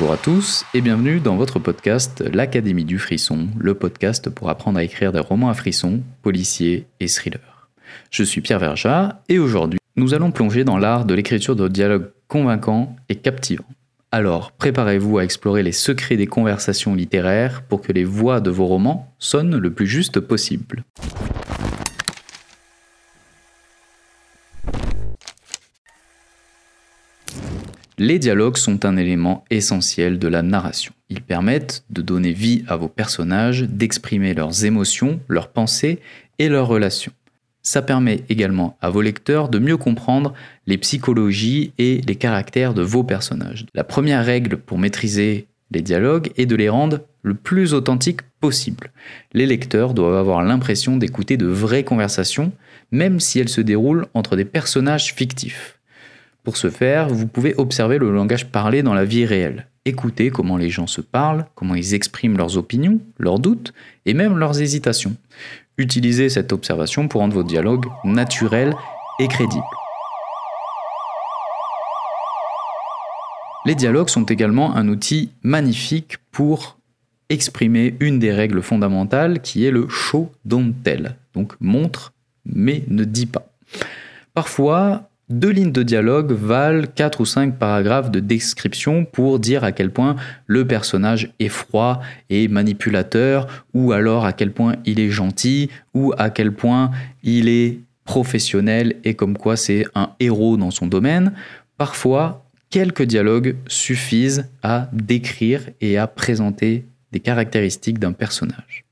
Bonjour à tous et bienvenue dans votre podcast L'Académie du Frisson, le podcast pour apprendre à écrire des romans à frissons, policiers et thrillers. Je suis Pierre Verja et aujourd'hui, nous allons plonger dans l'art de l'écriture de dialogues convaincants et captivants. Alors, préparez-vous à explorer les secrets des conversations littéraires pour que les voix de vos romans sonnent le plus juste possible. Les dialogues sont un élément essentiel de la narration. Ils permettent de donner vie à vos personnages, d'exprimer leurs émotions, leurs pensées et leurs relations. Ça permet également à vos lecteurs de mieux comprendre les psychologies et les caractères de vos personnages. La première règle pour maîtriser les dialogues est de les rendre le plus authentiques possible. Les lecteurs doivent avoir l'impression d'écouter de vraies conversations, même si elles se déroulent entre des personnages fictifs. Pour ce faire, vous pouvez observer le langage parlé dans la vie réelle. Écoutez comment les gens se parlent, comment ils expriment leurs opinions, leurs doutes et même leurs hésitations. Utilisez cette observation pour rendre vos dialogues naturels et crédibles. Les dialogues sont également un outil magnifique pour exprimer une des règles fondamentales qui est le show don't tell. Donc montre mais ne dis pas. Parfois, 2 lignes de dialogue valent 4 ou 5 paragraphes de description pour dire à quel point le personnage est froid et manipulateur, ou alors à quel point il est gentil, ou à quel point il est professionnel et comme quoi c'est un héros dans son domaine. Parfois, quelques dialogues suffisent à décrire et à présenter des caractéristiques d'un personnage.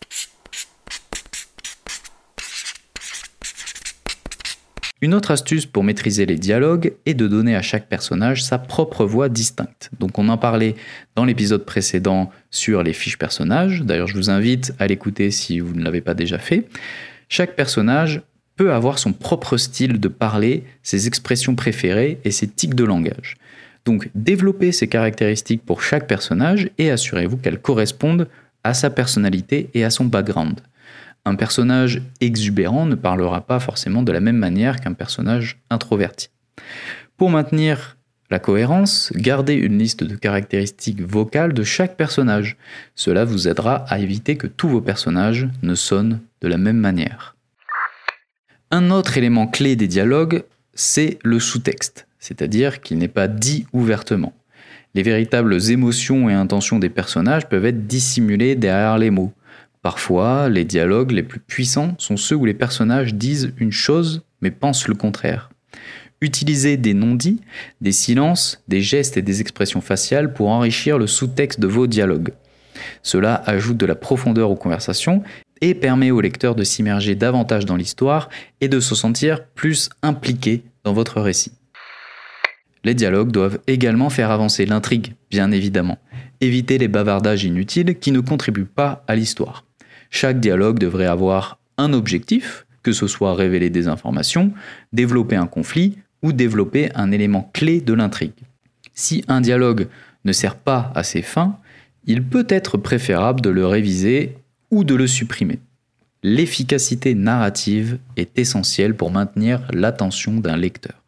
Une autre astuce pour maîtriser les dialogues est de donner à chaque personnage sa propre voix distincte. Donc on en parlait dans l'épisode précédent sur les fiches personnages, d'ailleurs je vous invite à l'écouter si vous ne l'avez pas déjà fait. Chaque personnage peut avoir son propre style de parler, ses expressions préférées et ses tics de langage. Donc développez ces caractéristiques pour chaque personnage et assurez-vous qu'elles correspondent à sa personnalité et à son background. Un personnage exubérant ne parlera pas forcément de la même manière qu'un personnage introverti. Pour maintenir la cohérence, gardez une liste de caractéristiques vocales de chaque personnage. Cela vous aidera à éviter que tous vos personnages ne sonnent de la même manière. Un autre élément clé des dialogues, c'est le sous-texte, c'est-à-dire qu'il n'est pas dit ouvertement. Les véritables émotions et intentions des personnages peuvent être dissimulées derrière les mots. Parfois, les dialogues les plus puissants sont ceux où les personnages disent une chose mais pensent le contraire. Utilisez des non-dits, des silences, des gestes et des expressions faciales pour enrichir le sous-texte de vos dialogues. Cela ajoute de la profondeur aux conversations et permet au lecteur de s'immerger davantage dans l'histoire et de se sentir plus impliqué dans votre récit. Les dialogues doivent également faire avancer l'intrigue, bien évidemment. Évitez les bavardages inutiles qui ne contribuent pas à l'histoire. Chaque dialogue devrait avoir un objectif, que ce soit révéler des informations, développer un conflit ou développer un élément clé de l'intrigue. Si un dialogue ne sert pas à ces fins, il peut être préférable de le réviser ou de le supprimer. L'efficacité narrative est essentielle pour maintenir l'attention d'un lecteur.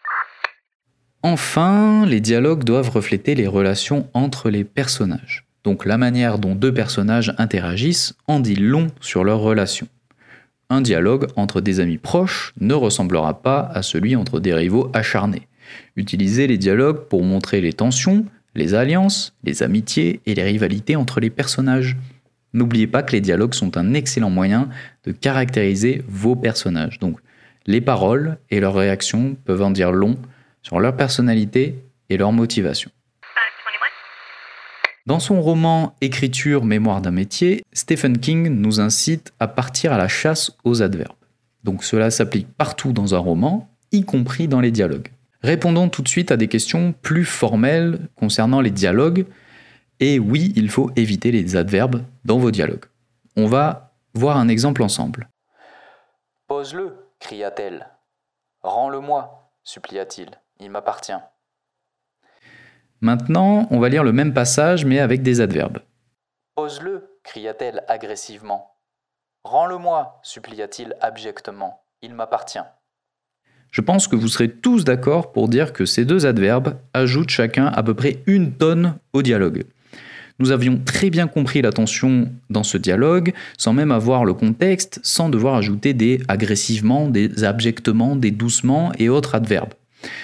Enfin, les dialogues doivent refléter les relations entre les personnages. Donc la manière dont 2 personnages interagissent en dit long sur leur relation. Un dialogue entre des amis proches ne ressemblera pas à celui entre des rivaux acharnés. Utilisez les dialogues pour montrer les tensions, les alliances, les amitiés et les rivalités entre les personnages. N'oubliez pas que les dialogues sont un excellent moyen de caractériser vos personnages. Donc les paroles et leurs réactions peuvent en dire long sur leur personnalité et leur motivation. Dans son roman Écriture, mémoire d'un métier, Stephen King nous incite à partir à la chasse aux adverbes. Donc cela s'applique partout dans un roman, y compris dans les dialogues. Répondons tout de suite à des questions plus formelles concernant les dialogues. Et oui, il faut éviter les adverbes dans vos dialogues. On va voir un exemple ensemble. « Pose-le, cria-t-elle. Rends-le-moi, supplia-t-il. Il m'appartient. » Maintenant, on va lire le même passage, mais avec des adverbes. « Pose-le, cria-t-elle agressivement. Rends-le-moi, supplia-t-il abjectement. Il m'appartient. » Je pense que vous serez tous d'accord pour dire que ces deux adverbes ajoutent chacun à peu près 1 tonne au dialogue. Nous avions très bien compris la tension dans ce dialogue, sans même avoir le contexte, sans devoir ajouter des agressivement, des abjectement, des doucement et autres adverbes.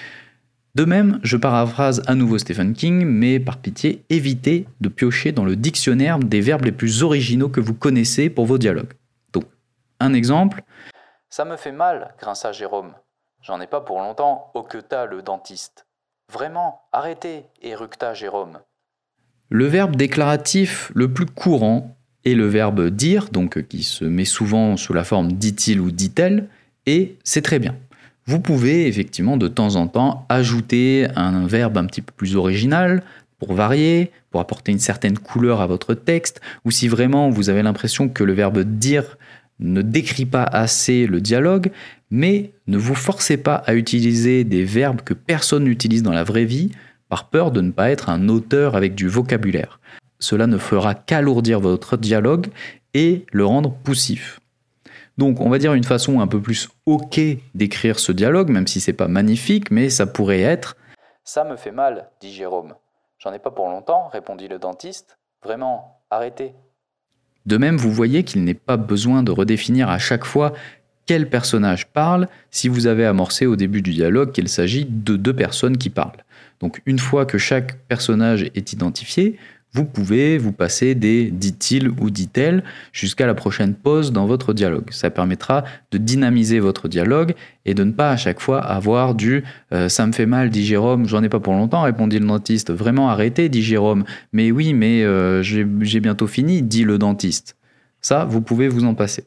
De même, je paraphrase à nouveau Stephen King, mais par pitié, évitez de piocher dans le dictionnaire des verbes les plus originaux que vous connaissez pour vos dialogues. Donc, un exemple. Ça me fait mal, grinça Jérôme. J'en ai pas pour longtemps, oqueuta le dentiste. Vraiment, arrêtez, éructa Jérôme. Le verbe déclaratif le plus courant est le verbe dire, donc qui se met souvent sous la forme dit-il ou dit-elle, et c'est très bien. Vous pouvez effectivement de temps en temps ajouter un verbe un petit peu plus original pour varier, pour apporter une certaine couleur à votre texte, ou si vraiment vous avez l'impression que le verbe dire ne décrit pas assez le dialogue, mais ne vous forcez pas à utiliser des verbes que personne n'utilise dans la vraie vie, par peur de ne pas être un auteur avec du vocabulaire. Cela ne fera qu'alourdir votre dialogue et le rendre poussif. Donc on va dire une façon un peu plus ok d'écrire ce dialogue, même si c'est pas magnifique, mais ça pourrait être « Ça me fait mal, dit Jérôme. J'en ai pas pour longtemps, répondit le dentiste. Vraiment, arrêtez. » De même, vous voyez qu'il n'est pas besoin de redéfinir à chaque fois quel personnage parle si vous avez amorcé au début du dialogue qu'il s'agit de 2 personnes qui parlent. Donc une fois que chaque personnage est identifié, vous pouvez vous passer des dit-il ou dit-elle jusqu'à la prochaine pause dans votre dialogue. Ça permettra de dynamiser votre dialogue et de ne pas à chaque fois avoir du « ça me fait mal, dit Jérôme, j'en ai pas pour longtemps, répondit le dentiste. Vraiment arrêtez, dit Jérôme. Mais oui, mais j'ai bientôt fini, dit le dentiste. » Ça, vous pouvez vous en passer.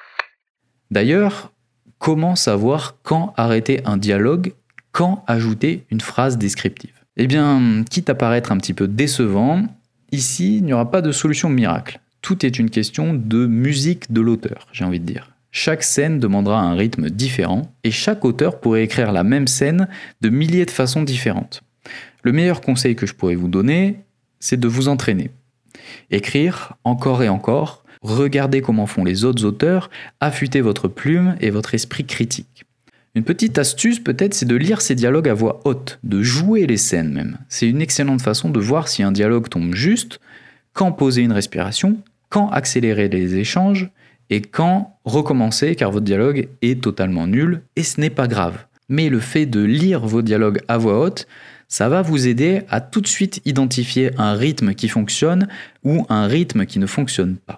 D'ailleurs, comment savoir quand arrêter un dialogue, quand ajouter une phrase descriptive ? Eh bien, quitte à paraître un petit peu décevant, ici, il n'y aura pas de solution miracle. Tout est une question de musique de l'auteur, j'ai envie de dire. Chaque scène demandera un rythme différent et chaque auteur pourrait écrire la même scène de milliers de façons différentes. Le meilleur conseil que je pourrais vous donner, c'est de vous entraîner. Écrire encore et encore, regardez comment font les autres auteurs, affûtez votre plume et votre esprit critique. Une petite astuce peut-être, c'est de lire ces dialogues à voix haute, de jouer les scènes même. C'est une excellente façon de voir si un dialogue tombe juste, quand poser une respiration, quand accélérer les échanges, et quand recommencer car votre dialogue est totalement nul, et ce n'est pas grave. Mais le fait de lire vos dialogues à voix haute, ça va vous aider à tout de suite identifier un rythme qui fonctionne ou un rythme qui ne fonctionne pas.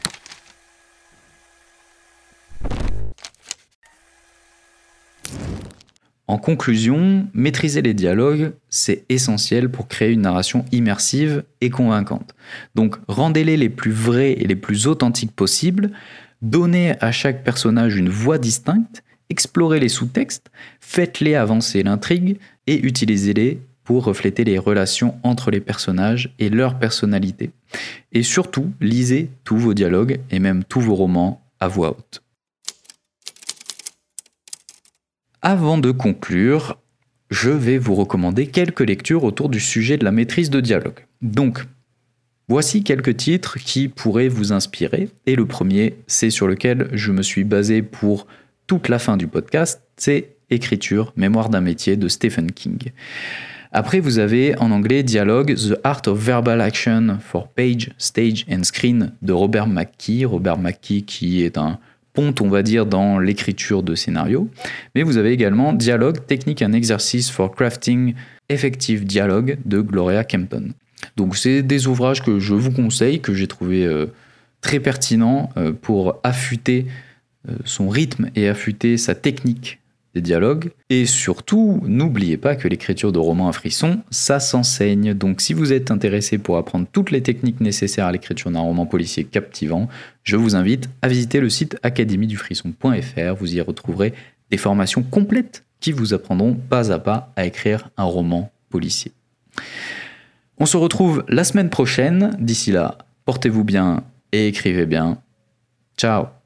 En conclusion, maîtriser les dialogues, c'est essentiel pour créer une narration immersive et convaincante. Donc rendez-les les plus vrais et les plus authentiques possibles, donnez à chaque personnage une voix distincte, explorez les sous-textes, faites-les avancer l'intrigue et utilisez-les pour refléter les relations entre les personnages et leur personnalité. Et surtout, lisez tous vos dialogues et même tous vos romans à voix haute. Avant de conclure, je vais vous recommander quelques lectures autour du sujet de la maîtrise de dialogue. Donc, voici quelques titres qui pourraient vous inspirer. Et le premier, c'est sur lequel je me suis basé pour toute la fin du podcast, c'est Écriture, mémoire d'un métier de Stephen King. Après, vous avez en anglais Dialogue, The Art of Verbal Action for Page, Stage and Screen de Robert McKee. Robert McKee qui est un ponte, on va dire, dans l'écriture de scénario. Mais vous avez également Dialogue, Technique and Exercice for Crafting Effective Dialogue de Gloria Kempton. Donc c'est des ouvrages que je vous conseille, que j'ai trouvé très pertinents pour affûter son rythme et affûter sa technique des dialogues. Et surtout, n'oubliez pas que l'écriture de romans à frissons, ça s'enseigne. Donc si vous êtes intéressé pour apprendre toutes les techniques nécessaires à l'écriture d'un roman policier captivant, je vous invite à visiter le site academiedufrisson.fr. Vous y retrouverez des formations complètes qui vous apprendront pas à pas à écrire un roman policier. On se retrouve la semaine prochaine. D'ici là, portez-vous bien et écrivez bien. Ciao!